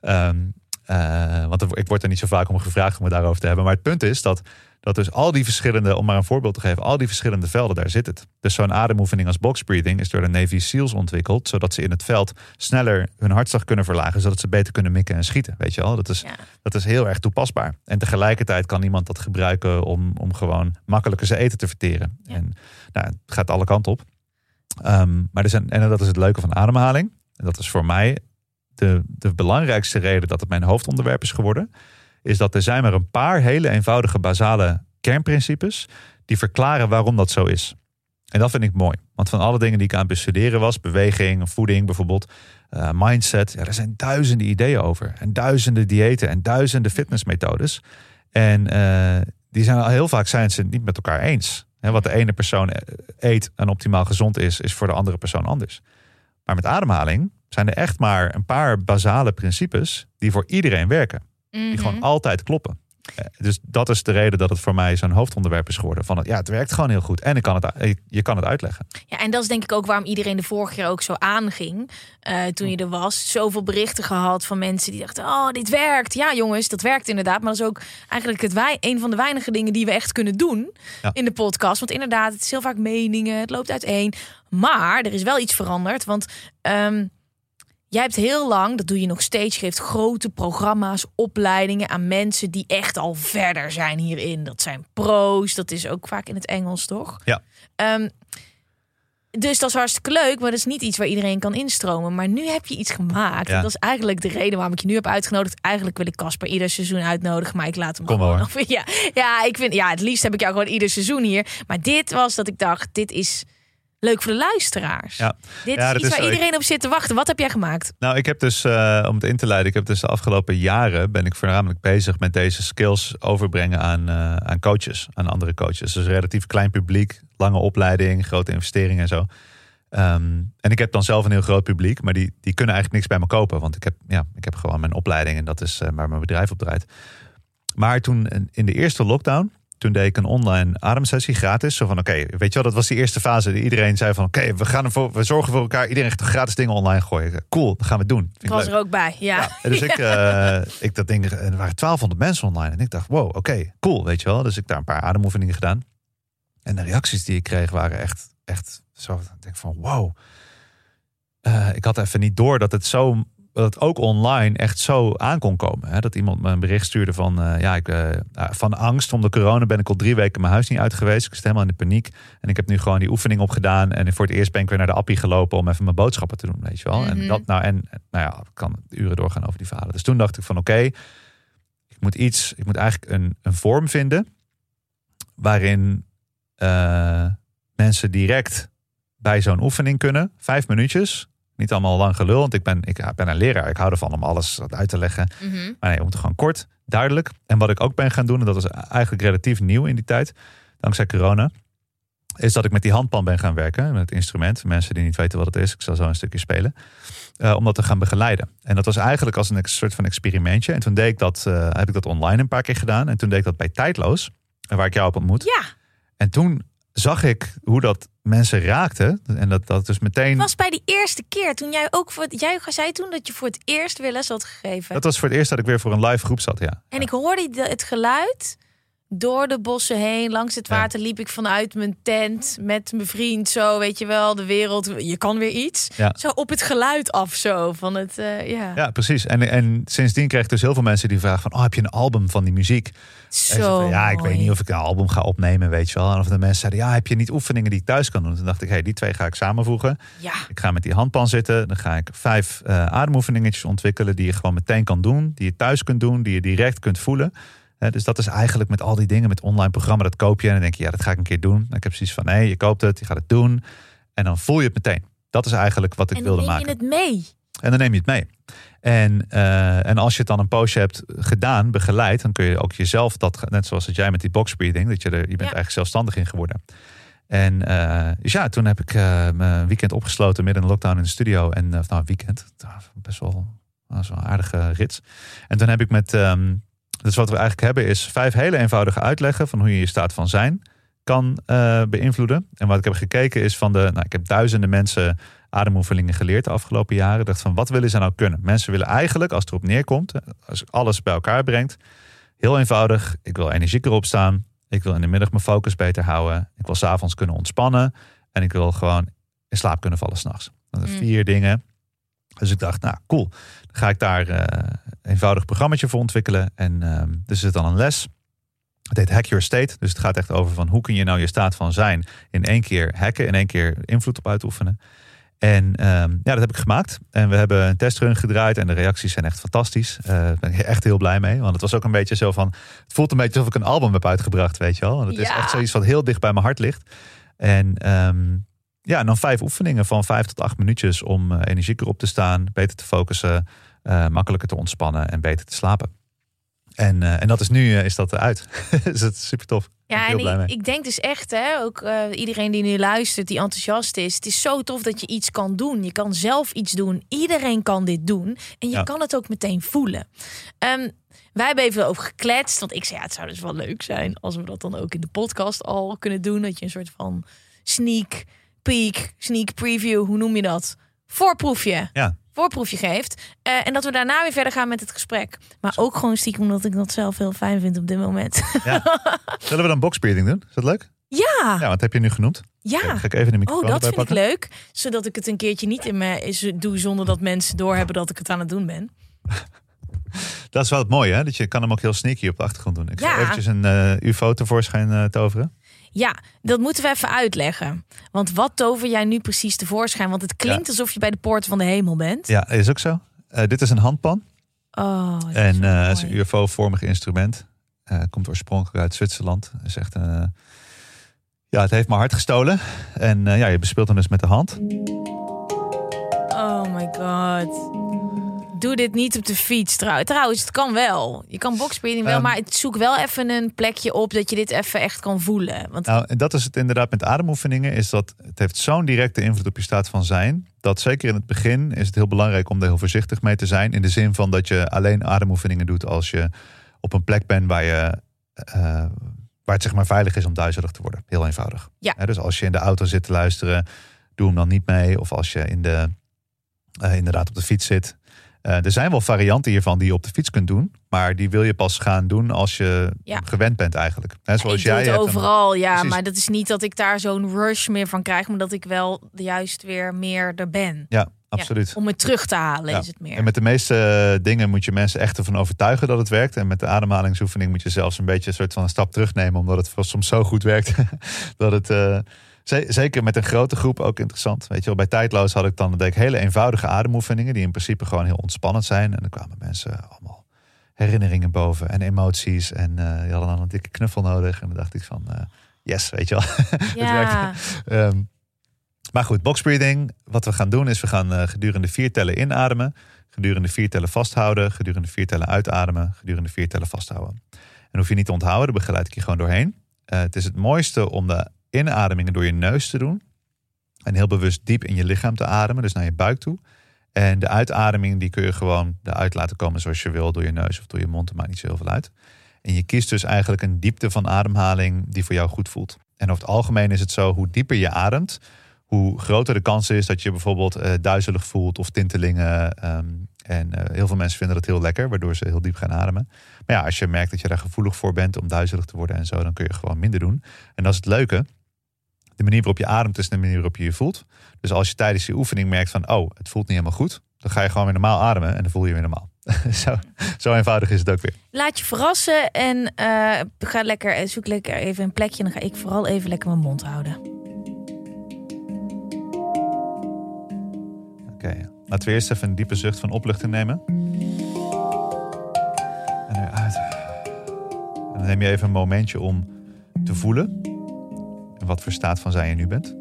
want ik word er niet zo vaak om gevraagd om het daarover te hebben. Maar het punt is dat dus al die verschillende, om maar een voorbeeld te geven, al die verschillende velden, daar zit het. Dus zo'n ademoefening als box breathing is door de Navy SEALs ontwikkeld, zodat ze in het veld sneller hun hartslag kunnen verlagen, zodat ze beter kunnen mikken en schieten. Weet je wel? Dat is heel erg toepasbaar. En tegelijkertijd kan iemand dat gebruiken om gewoon makkelijker zijn eten te verteren. Ja. En het gaat alle kanten op. Maar en dat is het leuke van ademhaling. En dat is voor mij de belangrijkste reden dat het mijn hoofdonderwerp is geworden, is dat er zijn maar een paar hele eenvoudige basale kernprincipes die verklaren waarom dat zo is. En dat vind ik mooi. Want van alle dingen die ik aan het bestuderen was, beweging, voeding bijvoorbeeld, mindset, er zijn duizenden ideeën over. En duizenden diëten en duizenden fitnessmethodes. En die zijn heel vaak zijn ze niet met elkaar eens. Wat de ene persoon eet en optimaal gezond is voor de andere persoon anders. Maar met ademhaling zijn er echt maar een paar basale principes die voor iedereen werken. Die gewoon altijd kloppen. Dus dat is de reden dat het voor mij zo'n hoofdonderwerp is geworden. Van het werkt gewoon heel goed. En je kan het uitleggen. Ja, en dat is denk ik ook waarom iedereen de vorige keer ook zo aanging. Toen je er was. Zoveel berichten gehad van mensen die dachten, dit werkt. Ja jongens, dat werkt inderdaad. Maar dat is ook eigenlijk een van de weinige dingen die we echt kunnen doen in de podcast. Want inderdaad, het is heel vaak meningen. Het loopt uiteen. Maar er is wel iets veranderd. Want Jij hebt heel lang, dat doe je nog steeds, geeft grote programma's, opleidingen aan mensen die echt al verder zijn hierin. Dat zijn pro's, dat is ook vaak in het Engels, toch? Ja. Dus dat is hartstikke leuk, maar dat is niet iets waar iedereen kan instromen. Maar nu heb je iets gemaakt. Ja. En dat is eigenlijk de reden waarom ik je nu heb uitgenodigd. Eigenlijk wil ik Casper ieder seizoen uitnodigen, maar ik laat hem Kom gewoon maar. nog. Ja, ik vind, het liefst heb ik jou gewoon ieder seizoen hier. Maar dit was dat ik dacht, dit is leuk voor de luisteraars. Ja. Dit Ja, is dat iets is waar zo. iedereen op zit te wachten. Wat heb jij gemaakt? Nou, ik heb dus, om het in te leiden, ik heb dus de afgelopen jaren ben ik voornamelijk bezig met deze skills overbrengen aan coaches, aan andere coaches. Dus een relatief klein publiek, lange opleiding, grote investeringen en zo. En ik heb dan zelf een heel groot publiek, maar die kunnen eigenlijk niks bij me kopen. Want ik heb gewoon mijn opleiding en dat is waar mijn bedrijf op draait. Maar toen in de eerste lockdown, toen deed ik een online ademsessie gratis. Zo van oké, weet je wel, dat was die eerste fase. Iedereen zei van oké, we zorgen voor elkaar. Iedereen gaat gratis dingen online gooien. Cool, dat gaan we doen. Ik was er ook bij, ja. Dus ik dat ding, er waren 1200 mensen online. En ik dacht, wow, oké, cool, weet je wel. Dus ik daar een paar ademoefeningen gedaan. En de reacties die ik kreeg waren echt zo. Ik denk van wow. Ik had even niet door dat het ook online echt zo aan kon komen. Hè? Dat iemand me een bericht stuurde van van angst om de corona ben ik al 3 weken mijn huis niet uit geweest. Ik zit helemaal in de paniek. En ik heb nu gewoon die oefening opgedaan. En voor het eerst ben ik weer naar de appie gelopen om even mijn boodschappen te doen, weet je wel. Mm-hmm. En ik kan uren doorgaan over die verhalen. Dus toen dacht ik van oké, ik moet eigenlijk een vorm vinden waarin mensen direct bij zo'n oefening kunnen. 5 minuutjes. Niet allemaal lang gelul, want ik ben een leraar. Ik hou ervan om alles uit te leggen. Mm-hmm. Maar nee, we moeten gewoon kort, duidelijk. En wat ik ook ben gaan doen, en dat is eigenlijk relatief nieuw in die tijd, dankzij corona, is dat ik met die handpan ben gaan werken. Met het instrument. Mensen die niet weten wat het is, ik zal zo een stukje spelen. Om dat te gaan begeleiden. En dat was eigenlijk als een soort van experimentje. En toen heb ik dat online een paar keer gedaan. En toen deed ik dat bij Tijdloos, waar ik jou op ontmoet. Ja. En toen zag ik hoe dat mensen raakte. En dat dus meteen. Het was bij die eerste keer toen jij zei toen dat je voor het eerst weer les had gegeven. Dat was voor het eerst dat ik weer voor een live groep zat, ja. En ik hoorde het geluid door de bossen heen, langs het water liep ik vanuit mijn tent met mijn vriend zo, weet je wel, de wereld, je kan weer iets. Ja. Zo op het geluid af zo van het, Ja, precies. En sindsdien kreeg ik dus heel veel mensen die vragen van, heb je een album van die muziek? Zo ik mooi. weet niet of ik een album ga opnemen, weet je wel. En of de mensen zeiden, heb je niet oefeningen die ik thuis kan doen? Toen dacht ik, die 2 ga ik samenvoegen. Ja. Ik ga met die handpan zitten. Dan ga ik 5 ademoefeningetjes ontwikkelen die je gewoon meteen kan doen. Die je thuis kunt doen, die je direct kunt voelen. Dus dat is eigenlijk met al die dingen, met online programma, dat koop je. En dan denk je, dat ga ik een keer doen. Ik heb precies van, nee, je koopt het, je gaat het doen. En dan voel je het meteen. Dat is eigenlijk wat ik wilde maken. En dan neem je het mee. En dan neem je het mee. En als je het dan een poosje hebt gedaan, begeleid, dan kun je ook jezelf dat, net zoals dat jij met die box breathing, dat je bent eigenlijk zelfstandig in geworden. En toen heb ik mijn weekend opgesloten midden in de lockdown in de studio. En een weekend, best wel zo'n aardige rits. En toen heb ik dus wat we eigenlijk hebben is 5 hele eenvoudige uitleggen van hoe je je staat van zijn kan beïnvloeden. En wat ik heb gekeken is ik heb duizenden mensen ademoefeningen geleerd de afgelopen jaren. Ik dacht van, wat willen ze nou kunnen? Mensen willen eigenlijk, als het erop neerkomt, als alles bij elkaar brengt, heel eenvoudig, ik wil energieker opstaan. Ik wil in de middag mijn focus beter houden. Ik wil 's avonds kunnen ontspannen. En ik wil gewoon in slaap kunnen vallen 's nachts. Dat zijn 4 dingen. Dus ik dacht, cool. Dan ga ik daar een eenvoudig programmaatje voor ontwikkelen. En dus er zit dan een les. Het heet Hack Your State. Dus het gaat echt over van hoe kun je nou je staat van zijn in 1 keer hacken. In 1 keer invloed op uitoefenen. En dat heb ik gemaakt. En we hebben een testrun gedraaid. En de reacties zijn echt fantastisch. Daar ben ik echt heel blij mee. Want het was ook een beetje zo van, het voelt een beetje alsof ik een album heb uitgebracht, weet je wel. Want het is echt zoiets wat heel dicht bij mijn hart ligt. En en dan 5 oefeningen van 5 tot 8 minuutjes om energieker op te staan, beter te focussen, makkelijker te ontspannen en beter te slapen. En dat is nu is dat uit. Dus dat is super tof. Ja, en ik denk dus echt, ook iedereen die nu luistert, die enthousiast is. Het is zo tof dat je iets kan doen. Je kan zelf iets doen. Iedereen kan dit doen. En je kan het ook meteen voelen. Wij hebben even over gekletst. Want ik zei, het zou dus wel leuk zijn als we dat dan ook in de podcast al kunnen doen. Dat je een soort van sneak preview, hoe noem je dat? Voorproefje geeft. En dat we daarna weer verder gaan met het gesprek. Maar ook gewoon stiekem omdat ik dat zelf heel fijn vind op dit moment. Ja. Zullen we dan boxbreathing doen? Is dat leuk? Ja. Ja, wat heb je nu genoemd? Ja. Ga ik even de microfoon dat erbij vind pakken? ik leuk. Zodat ik het een keertje niet in me doe zonder dat mensen doorhebben dat ik het aan het doen ben. Dat is wel het mooie, hè? Dat je kan hem ook heel sneaky op de achtergrond doen. Ik ga eventjes een UFO tevoorschijn toveren. Ja, dat moeten we even uitleggen. Want wat tover jij nu precies tevoorschijn? Want het klinkt alsof je bij de poorten van de hemel bent. Ja, is ook zo. Dit is een handpan. En het is een UFO-vormig instrument. Komt oorspronkelijk uit Zwitserland. Het is echt het heeft mijn hart gestolen. En je bespeelt hem dus met de hand. Oh my god. Doe dit niet op de fiets. Trouwens, het kan wel. Je kan boxsprinting wel, maar zoek wel even een plekje op dat je dit even echt kan voelen. Want... Nou, en dat is het inderdaad met ademoefeningen. Is dat het heeft zo'n directe invloed op je staat van zijn. Dat zeker in het begin is het heel belangrijk om er heel voorzichtig mee te zijn. In de zin van dat je alleen ademoefeningen doet als je op een plek bent waar het zeg maar veilig is om duizelig te worden. Heel eenvoudig. Ja. Dus als je in de auto zit te luisteren, doe hem dan niet mee. Of als je inderdaad op de fiets zit. Er zijn wel varianten hiervan die je op de fiets kunt doen. Maar die wil je pas gaan doen als je gewend bent eigenlijk. Zoals ik doe het overal, Precies. maar dat is niet dat ik daar zo'n rush meer van krijg. Maar dat ik wel juist weer meer er ben. Ja, absoluut. Ja, om het terug te halen is het meer. En met de meeste dingen moet je mensen echt ervan overtuigen dat het werkt. En met de ademhalingsoefening moet je zelfs een beetje een soort van een stap terugnemen. Omdat het soms zo goed werkt. Dat het... Zeker met een grote groep ook interessant. Weet je wel, bij Tijdloos deed ik hele eenvoudige ademoefeningen die in principe gewoon heel ontspannend zijn. En dan kwamen mensen allemaal herinneringen boven en emoties. En die hadden dan een dikke knuffel nodig. En dan dacht ik van, yes, weet je wel. Ja. Het werkt. Maar goed, boxbreathing. Wat we gaan doen is we gaan gedurende 4 tellen inademen. Gedurende 4 tellen vasthouden. Gedurende 4 tellen uitademen. Gedurende 4 tellen vasthouden. En hoef je niet te onthouden, daar begeleid ik je gewoon doorheen. Het is het mooiste om de inademingen door je neus te doen. En heel bewust diep in je lichaam te ademen. Dus naar je buik toe. En de uitademing die kun je gewoon eruit laten komen zoals je wil. Door je neus of door je mond. Dat maakt niet zo heel veel uit. En je kiest dus eigenlijk een diepte van ademhaling die voor jou goed voelt. En over het algemeen is het zo, hoe dieper je ademt, hoe groter de kans is dat je bijvoorbeeld duizelig voelt of tintelingen. Heel veel mensen vinden dat heel lekker, waardoor ze heel diep gaan ademen. Maar ja, als je merkt dat je daar gevoelig voor bent om duizelig te worden en zo, dan kun je gewoon minder doen. En dat is het leuke. De manier waarop je ademt is de manier waarop je je voelt. Dus als je tijdens die oefening merkt van, het voelt niet helemaal goed, dan ga je gewoon weer normaal ademen en dan voel je weer normaal. Zo eenvoudig is het ook weer. Laat je verrassen en zoek lekker even een plekje. En dan ga ik vooral even lekker mijn mond houden. Oké, laten we eerst even een diepe zucht van opluchting nemen. En eruit. En dan neem je even een momentje om te voelen. En wat voor staat van zijn je nu bent.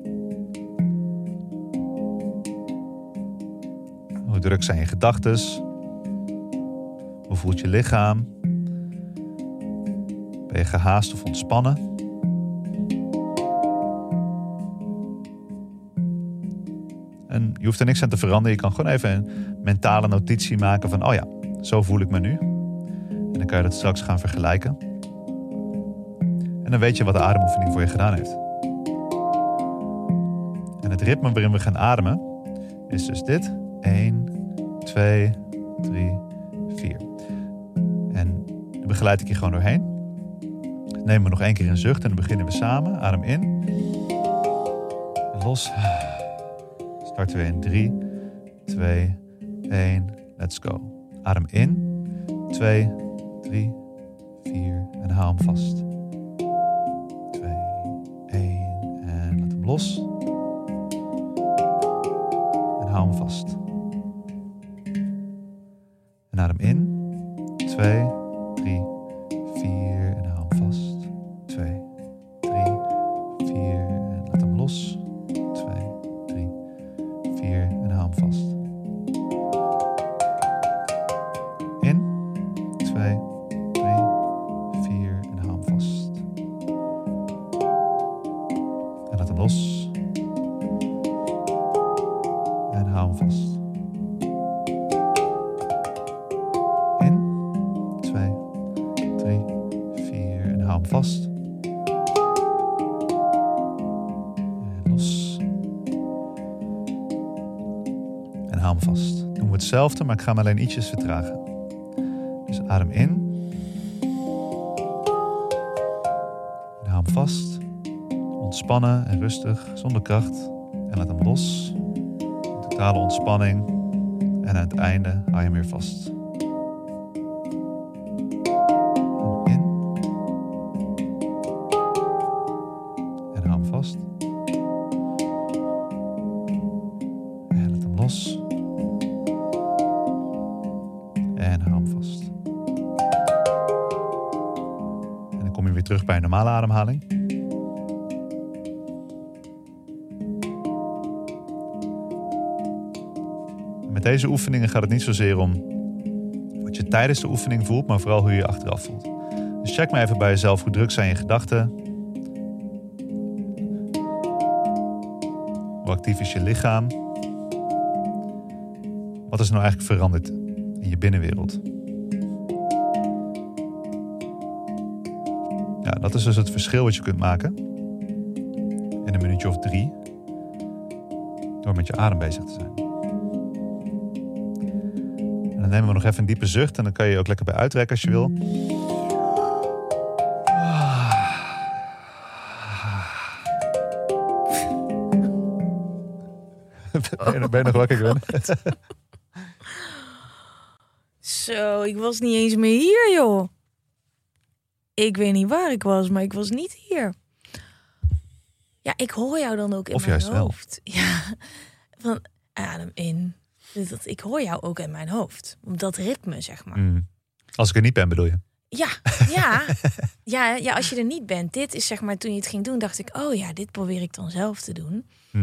Hoe druk zijn je gedachtes? Hoe voelt je lichaam? Ben je gehaast of ontspannen? En je hoeft er niks aan te veranderen. Je kan gewoon even een mentale notitie maken van, zo voel ik me nu. En dan kan je dat straks gaan vergelijken. En dan weet je wat de ademoefening voor je gedaan heeft. En het ritme waarin we gaan ademen is dus dit. 1, 2, 3, 4. En dan begeleid ik je gewoon doorheen. Dan nemen we nog 1 keer een zucht en dan beginnen we samen. Adem in. Los. Starten we in 3, 2, 1. Let's go. Adem in. 2, 3, 4. En hou hem vast. 2, 1. En laat hem los. En hou hem vast. En adem in. 2, 3, 4. En hou hem vast. 2, 3, 4. En laat hem los. 2, 3, 4. En hou hem vast. In. 2, 3, 4. En hou hem vast. En laat hem los. En hou hem vast. In. 2, 3, 4. En hou hem vast. En los. En hou hem vast. Doen we hetzelfde, maar ik ga hem alleen ietsjes vertragen. Dus adem in. En hou hem vast. ontspannen en rustig, zonder kracht. En laat hem los. In totale ontspanning. En aan het einde hou je hem weer vast. In. En hou hem vast. En laat hem los. En hou hem vast. En dan kom je weer terug bij een normale ademhaling. Met deze oefeningen gaat het niet zozeer om wat je tijdens de oefening voelt, maar vooral hoe je je achteraf voelt. Dus check maar even bij jezelf, hoe druk zijn je gedachten? Hoe actief is je lichaam? Wat is er nou eigenlijk veranderd in je binnenwereld? Ja, dat is dus het verschil wat je kunt maken in een minuutje of 3 door met je adem bezig te zijn. En dan nemen we nog even een diepe zucht en dan kan je ook lekker bij uitrekken als je wil. Ben je nog wakker, Gwen? Zo, ik was niet eens meer hier, joh. Ik weet niet waar ik was, maar ik was niet hier. Ja, ik hoor jou dan ook in mijn hoofd. Wel. Ja, van adem in. Ik hoor jou ook in mijn hoofd. Op dat ritme, zeg maar. Als ik er niet ben, bedoel je? Ja, als je er niet bent. Dit is zeg maar, toen je het ging doen, dacht ik, oh ja, dit probeer ik dan zelf te doen.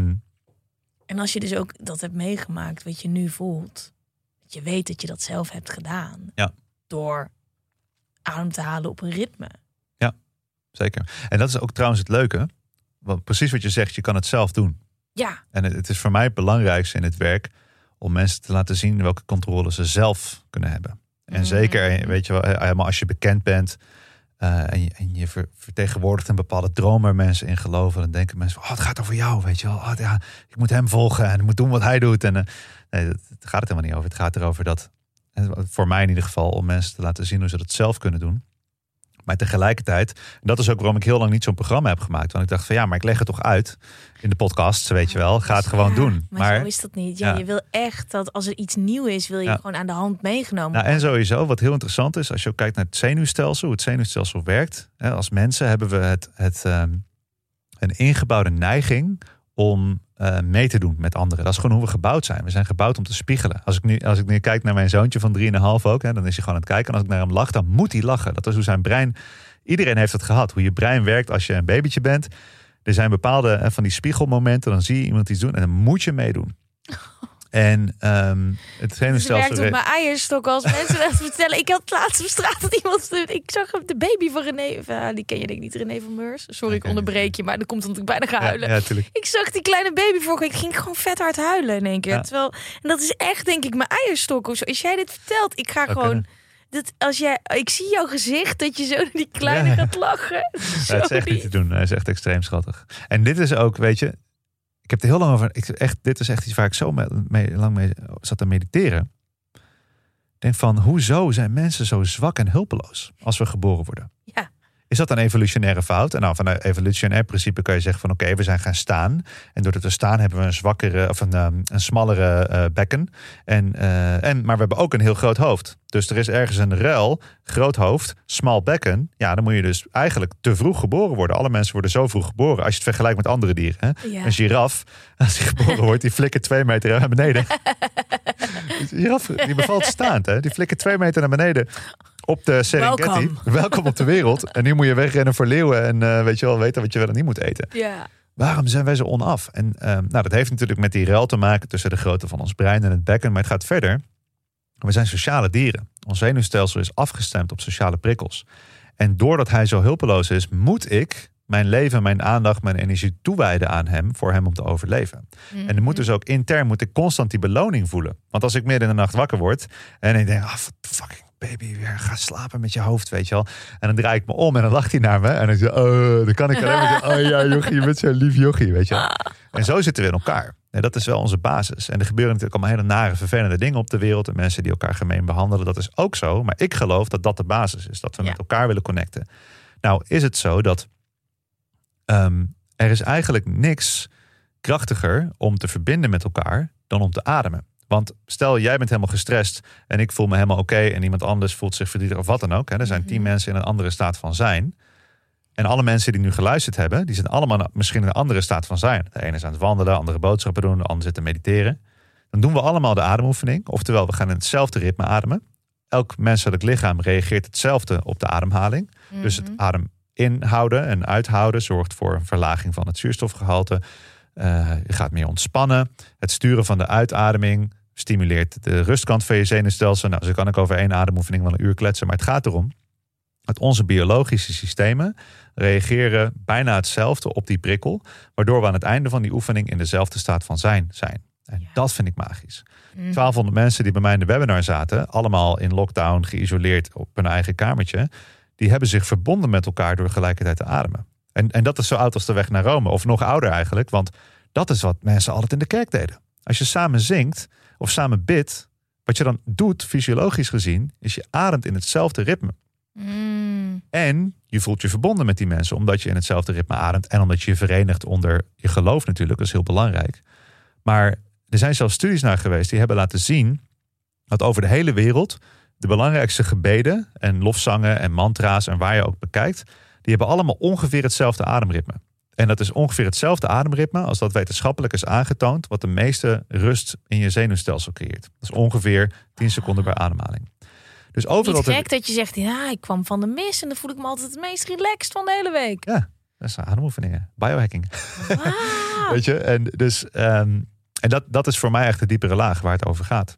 En als je dus ook dat hebt meegemaakt, wat je nu voelt. Dat je weet dat je dat zelf hebt gedaan. Ja. Door adem te halen op een ritme. Ja, zeker. En dat is ook trouwens het leuke. Want precies wat je zegt, je kan het zelf doen. Ja. En het is voor mij het belangrijkste in het werk om mensen te laten zien welke controle ze zelf kunnen hebben. En zeker, weet je wel, helemaal als je bekend bent en je vertegenwoordigt een bepaalde droom waar mensen in geloven, dan denken mensen, het gaat over jou, weet je wel. Ja, ik moet hem volgen en ik moet doen wat hij doet. En nee, daar gaat het helemaal niet over. Het gaat erover dat, voor mij in ieder geval, om mensen te laten zien hoe ze dat zelf kunnen doen. Maar tegelijkertijd, en dat is ook waarom ik heel lang niet zo'n programma heb gemaakt. Want ik dacht van maar ik leg het toch uit in de podcast, weet je wel. Ga het gewoon doen. Maar zo is dat niet. Ja, je wil echt dat als er iets nieuw is, wil je gewoon aan de hand meegenomen worden. En sowieso, wat heel interessant is, als je ook kijkt naar het zenuwstelsel, hoe het zenuwstelsel werkt. Als mensen hebben we een ingebouwde neiging om mee te doen met anderen. Dat is gewoon hoe we gebouwd zijn. We zijn gebouwd om te spiegelen. Als ik nu kijk naar mijn zoontje van 3,5 ook, dan is hij gewoon aan het kijken. En als ik naar hem lach, dan moet hij lachen. Dat is hoe zijn brein... Iedereen heeft het gehad. Hoe je brein werkt als je een babytje bent. Er zijn bepaalde van die spiegelmomenten. Dan zie je iemand iets doen en dan moet je meedoen. En het zenuwstelsel... Het werkt op mijn eierstok als mensen dat vertellen. Ik had laatst op straat dat iemand... Ik zag de baby van René... die ken je denk ik niet, René van Meurs. Sorry, ik onderbreek je, maar dat komt omdat ik bijna ga huilen. Ja, ik zag die kleine baby voor ik ging gewoon vet hard huilen in één keer. Terwijl, en dat is echt denk ik mijn eierstok of zo. Als jij dit vertelt, ik ga gewoon... ik zie jouw gezicht dat je zo naar die kleine gaat lachen. Het is echt niet te doen. Hij is echt extreem schattig. En dit is ook, weet je... Ik heb er heel lang over... dit is echt iets waar ik zo lang mee zat te mediteren. Ik denk van, hoezo zijn mensen zo zwak en hulpeloos als we geboren worden? Ja. Is dat een evolutionaire fout? En nou, van een evolutionair principe kan je zeggen van oké, we zijn gaan staan. En doordat we staan hebben we een zwakkere of een smallere bekken. Maar we hebben ook een heel groot hoofd. Dus er is ergens een ruil, groot hoofd, smal bekken. Ja, dan moet je dus eigenlijk te vroeg geboren worden. Alle mensen worden zo vroeg geboren. Als je het vergelijkt met andere dieren. Hè? Ja. Een giraf, als hij geboren wordt, die flikkert 2 meter naar beneden. Een giraf, die bevalt staand. Hè? Die flikkert 2 meter naar beneden. Op de Serengeti. Welkom op de wereld. En nu moet je wegrennen voor leeuwen. En weet je wel, weten wat je wel en niet moet eten. Ja. Waarom zijn wij zo onaf? En dat heeft natuurlijk met die ruil te maken tussen de grootte van ons brein en het bekken. Maar het gaat verder. We zijn sociale dieren. Ons zenuwstelsel is afgestemd op sociale prikkels. En doordat hij zo hulpeloos is, moet ik mijn leven, mijn aandacht, mijn energie toewijden aan hem voor hem om te overleven. Mm-hmm. En dan moet dus ook intern constant die beloning voelen. Want als ik midden in de nacht wakker word en ik denk, fucking baby, weer ga slapen met je hoofd, weet je wel. En dan draai ik me om en dan lacht hij naar me. En dan zeg dan kan ik alleen maar zeggen, ja, jochie, je bent zo'n lief jochie, weet je wel. En zo zitten we in elkaar. En dat is wel onze basis. En er gebeuren natuurlijk allemaal hele nare, vervelende dingen op de wereld. En mensen die elkaar gemeen behandelen, dat is ook zo. Maar ik geloof dat dat de basis is. Dat we met elkaar willen connecten. Nou, is het zo dat Er is eigenlijk niks krachtiger om te verbinden met elkaar dan om te ademen. Want stel, jij bent helemaal gestrest en ik voel me helemaal oké en iemand anders voelt zich verdrietig of wat dan ook. Hè. Er zijn 10 mensen in een andere staat van zijn. En alle mensen die nu geluisterd hebben, die zijn allemaal misschien in een andere staat van zijn. De ene is aan het wandelen, de andere boodschappen doen, de ander zit te mediteren. Dan doen we allemaal de ademoefening. Oftewel, we gaan in hetzelfde ritme ademen. Elk menselijk lichaam reageert hetzelfde op de ademhaling. Dus het adem inhouden en uithouden zorgt voor een verlaging van het zuurstofgehalte. Je gaat meer ontspannen. Het sturen van de uitademing stimuleert de rustkant van je zenuwstelsel. Nou, zo kan ik over 1 ademoefening wel een uur kletsen. Maar het gaat erom dat onze biologische systemen reageren bijna hetzelfde op die prikkel. Waardoor we aan het einde van die oefening in dezelfde staat van zijn. En dat vind ik magisch. 1200 mensen die bij mij in de webinar zaten, allemaal in lockdown, geïsoleerd op hun eigen kamertje, die hebben zich verbonden met elkaar door tegelijkertijd te ademen. En dat is zo oud als de weg naar Rome, of nog ouder eigenlijk, want dat is wat mensen altijd in de kerk deden. Als je samen zingt of samen bidt, wat je dan doet, fysiologisch gezien, is je ademt in hetzelfde ritme. En je voelt je verbonden met die mensen, omdat je in hetzelfde ritme ademt en omdat je je verenigt onder je geloof natuurlijk, dat is heel belangrijk. Maar er zijn zelfs studies naar geweest die hebben laten zien dat over de hele wereld de belangrijkste gebeden en lofzangen en mantra's en waar je ook bekijkt, die hebben allemaal ongeveer hetzelfde ademritme. En dat is ongeveer hetzelfde ademritme als dat wetenschappelijk is aangetoond, wat de meeste rust in je zenuwstelsel creëert. Dat is ongeveer 10 seconden per ademhaling. Dus overal niet gek dat je zegt, ja, ik kwam van de mis en dan voel ik me altijd het meest relaxed van de hele week. Ja, dat zijn ademoefeningen. Biohacking. Wow. Weet je, en dus dat is voor mij echt de diepere laag waar het over gaat.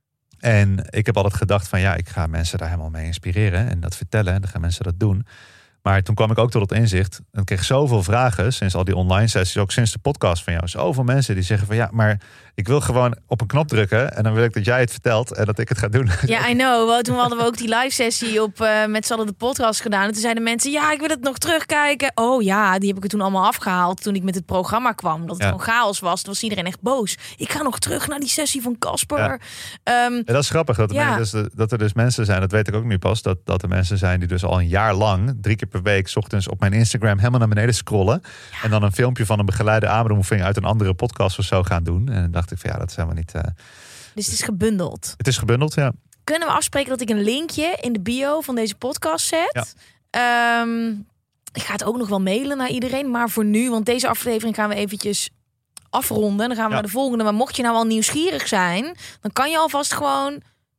En ik heb altijd gedacht van ja, ik ga mensen daar helemaal mee inspireren en dat vertellen. En dan gaan mensen dat doen. Maar toen kwam ik ook tot het inzicht. En ik kreeg zoveel vragen sinds al die online sessies, ook sinds de podcast van jou. Zoveel mensen die zeggen van ja, maar ik wil gewoon op een knop drukken en dan wil ik dat jij het vertelt en dat ik het ga doen. Ja, I know. Toen hadden we ook die live sessie op met z'n allen de podcast gedaan. En toen zeiden mensen, ja, ik wil het nog terugkijken. Oh ja, die heb ik er toen allemaal afgehaald toen ik met het programma kwam. Dat het gewoon chaos was. Toen was iedereen echt boos. Ik ga nog terug naar die sessie van Casper. Ja. Dat is grappig dat er dus mensen zijn, dat weet ik ook nu pas, dat er mensen zijn die dus al een jaar lang 3 keer per week 's ochtends op mijn Instagram helemaal naar beneden scrollen. Ja. En dan een filmpje van een begeleide ademoefening uit een andere podcast of zo gaan doen. En dan dacht ik van ja, dat is helemaal niet. Dus het is gebundeld. Het is gebundeld, ja. Kunnen we afspreken dat ik een linkje in de bio van deze podcast zet? Ja. Ik ga het ook nog wel mailen naar iedereen. Maar voor nu, want deze aflevering gaan we eventjes afronden. Dan gaan we naar de volgende. Maar mocht je nou al nieuwsgierig zijn, dan kan je alvast gewoon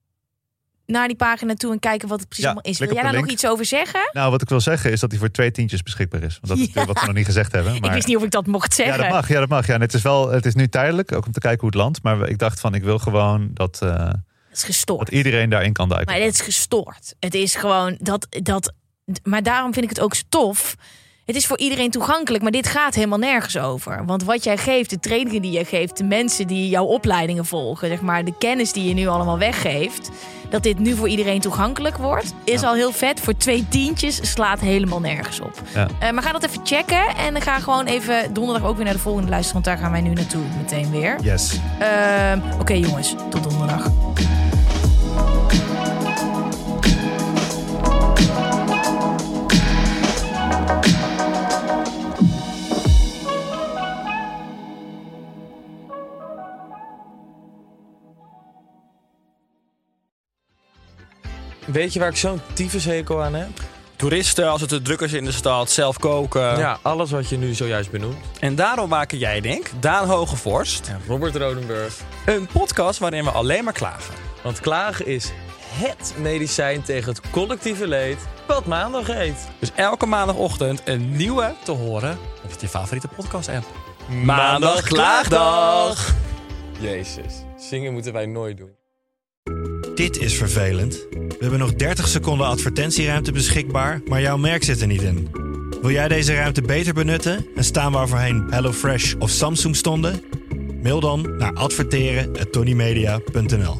naar die pagina toe en kijken wat het precies allemaal is. Wil jij daar nog iets over zeggen? Nou, wat ik wil zeggen is dat die voor 2 tientjes beschikbaar is. Want dat is natuurlijk wat we nog niet gezegd hebben. Maar ik wist niet of ik dat mocht zeggen. Ja, dat mag. Ja, het is nu tijdelijk, ook om te kijken hoe het landt. Maar ik dacht van, ik wil gewoon dat het is gestoord. Dat iedereen daarin kan duiken. Maar dit is gestoord. Het is gewoon dat. Maar daarom vind ik het ook tof. Het is voor iedereen toegankelijk, maar dit gaat helemaal nergens over. Want wat jij geeft, de trainingen die je geeft, de mensen die jouw opleidingen volgen, zeg maar, de kennis die je nu allemaal weggeeft, dat dit nu voor iedereen toegankelijk wordt, is al heel vet. Voor 2 tientjes slaat helemaal nergens op. Ja. Maar ga dat even checken en dan ga gewoon even donderdag ook weer naar de volgende luisteren, want daar gaan wij nu naartoe meteen weer. Yes. Oké, jongens, tot donderdag. Weet je waar ik zo'n tyfushekel aan heb? Toeristen, als het te druk is in de stad, zelf koken. Ja, alles wat je nu zojuist benoemt. En daarom maken jij, Daan Hogevorst en Robert Rodenburg een podcast waarin we alleen maar klagen. Want klagen is HET medicijn tegen het collectieve leed wat maandag heet. Dus elke maandagochtend een nieuwe te horen op je favoriete podcast-app. Maandag Klaagdag! Jezus, zingen moeten wij nooit doen. Dit is vervelend. We hebben nog 30 seconden advertentieruimte beschikbaar, maar jouw merk zit er niet in. Wil jij deze ruimte beter benutten en staan waar voorheen HelloFresh of Samsung stonden? Mail dan naar adverteren@tonymedia.nl.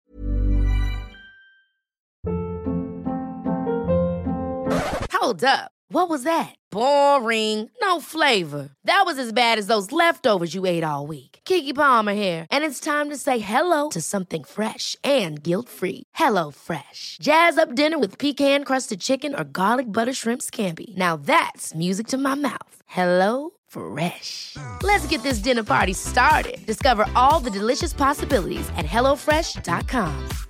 Hold up. What was that? Boring. No flavor. That was as bad as those leftovers you ate all week. Keke Palmer here, and it's time to say hello to something fresh and guilt-free. Hello Fresh. Jazz up dinner with pecan-crusted chicken or garlic butter shrimp scampi. Now that's music to my mouth. Hello Fresh. Let's get this dinner party started. Discover all the delicious possibilities at HelloFresh.com.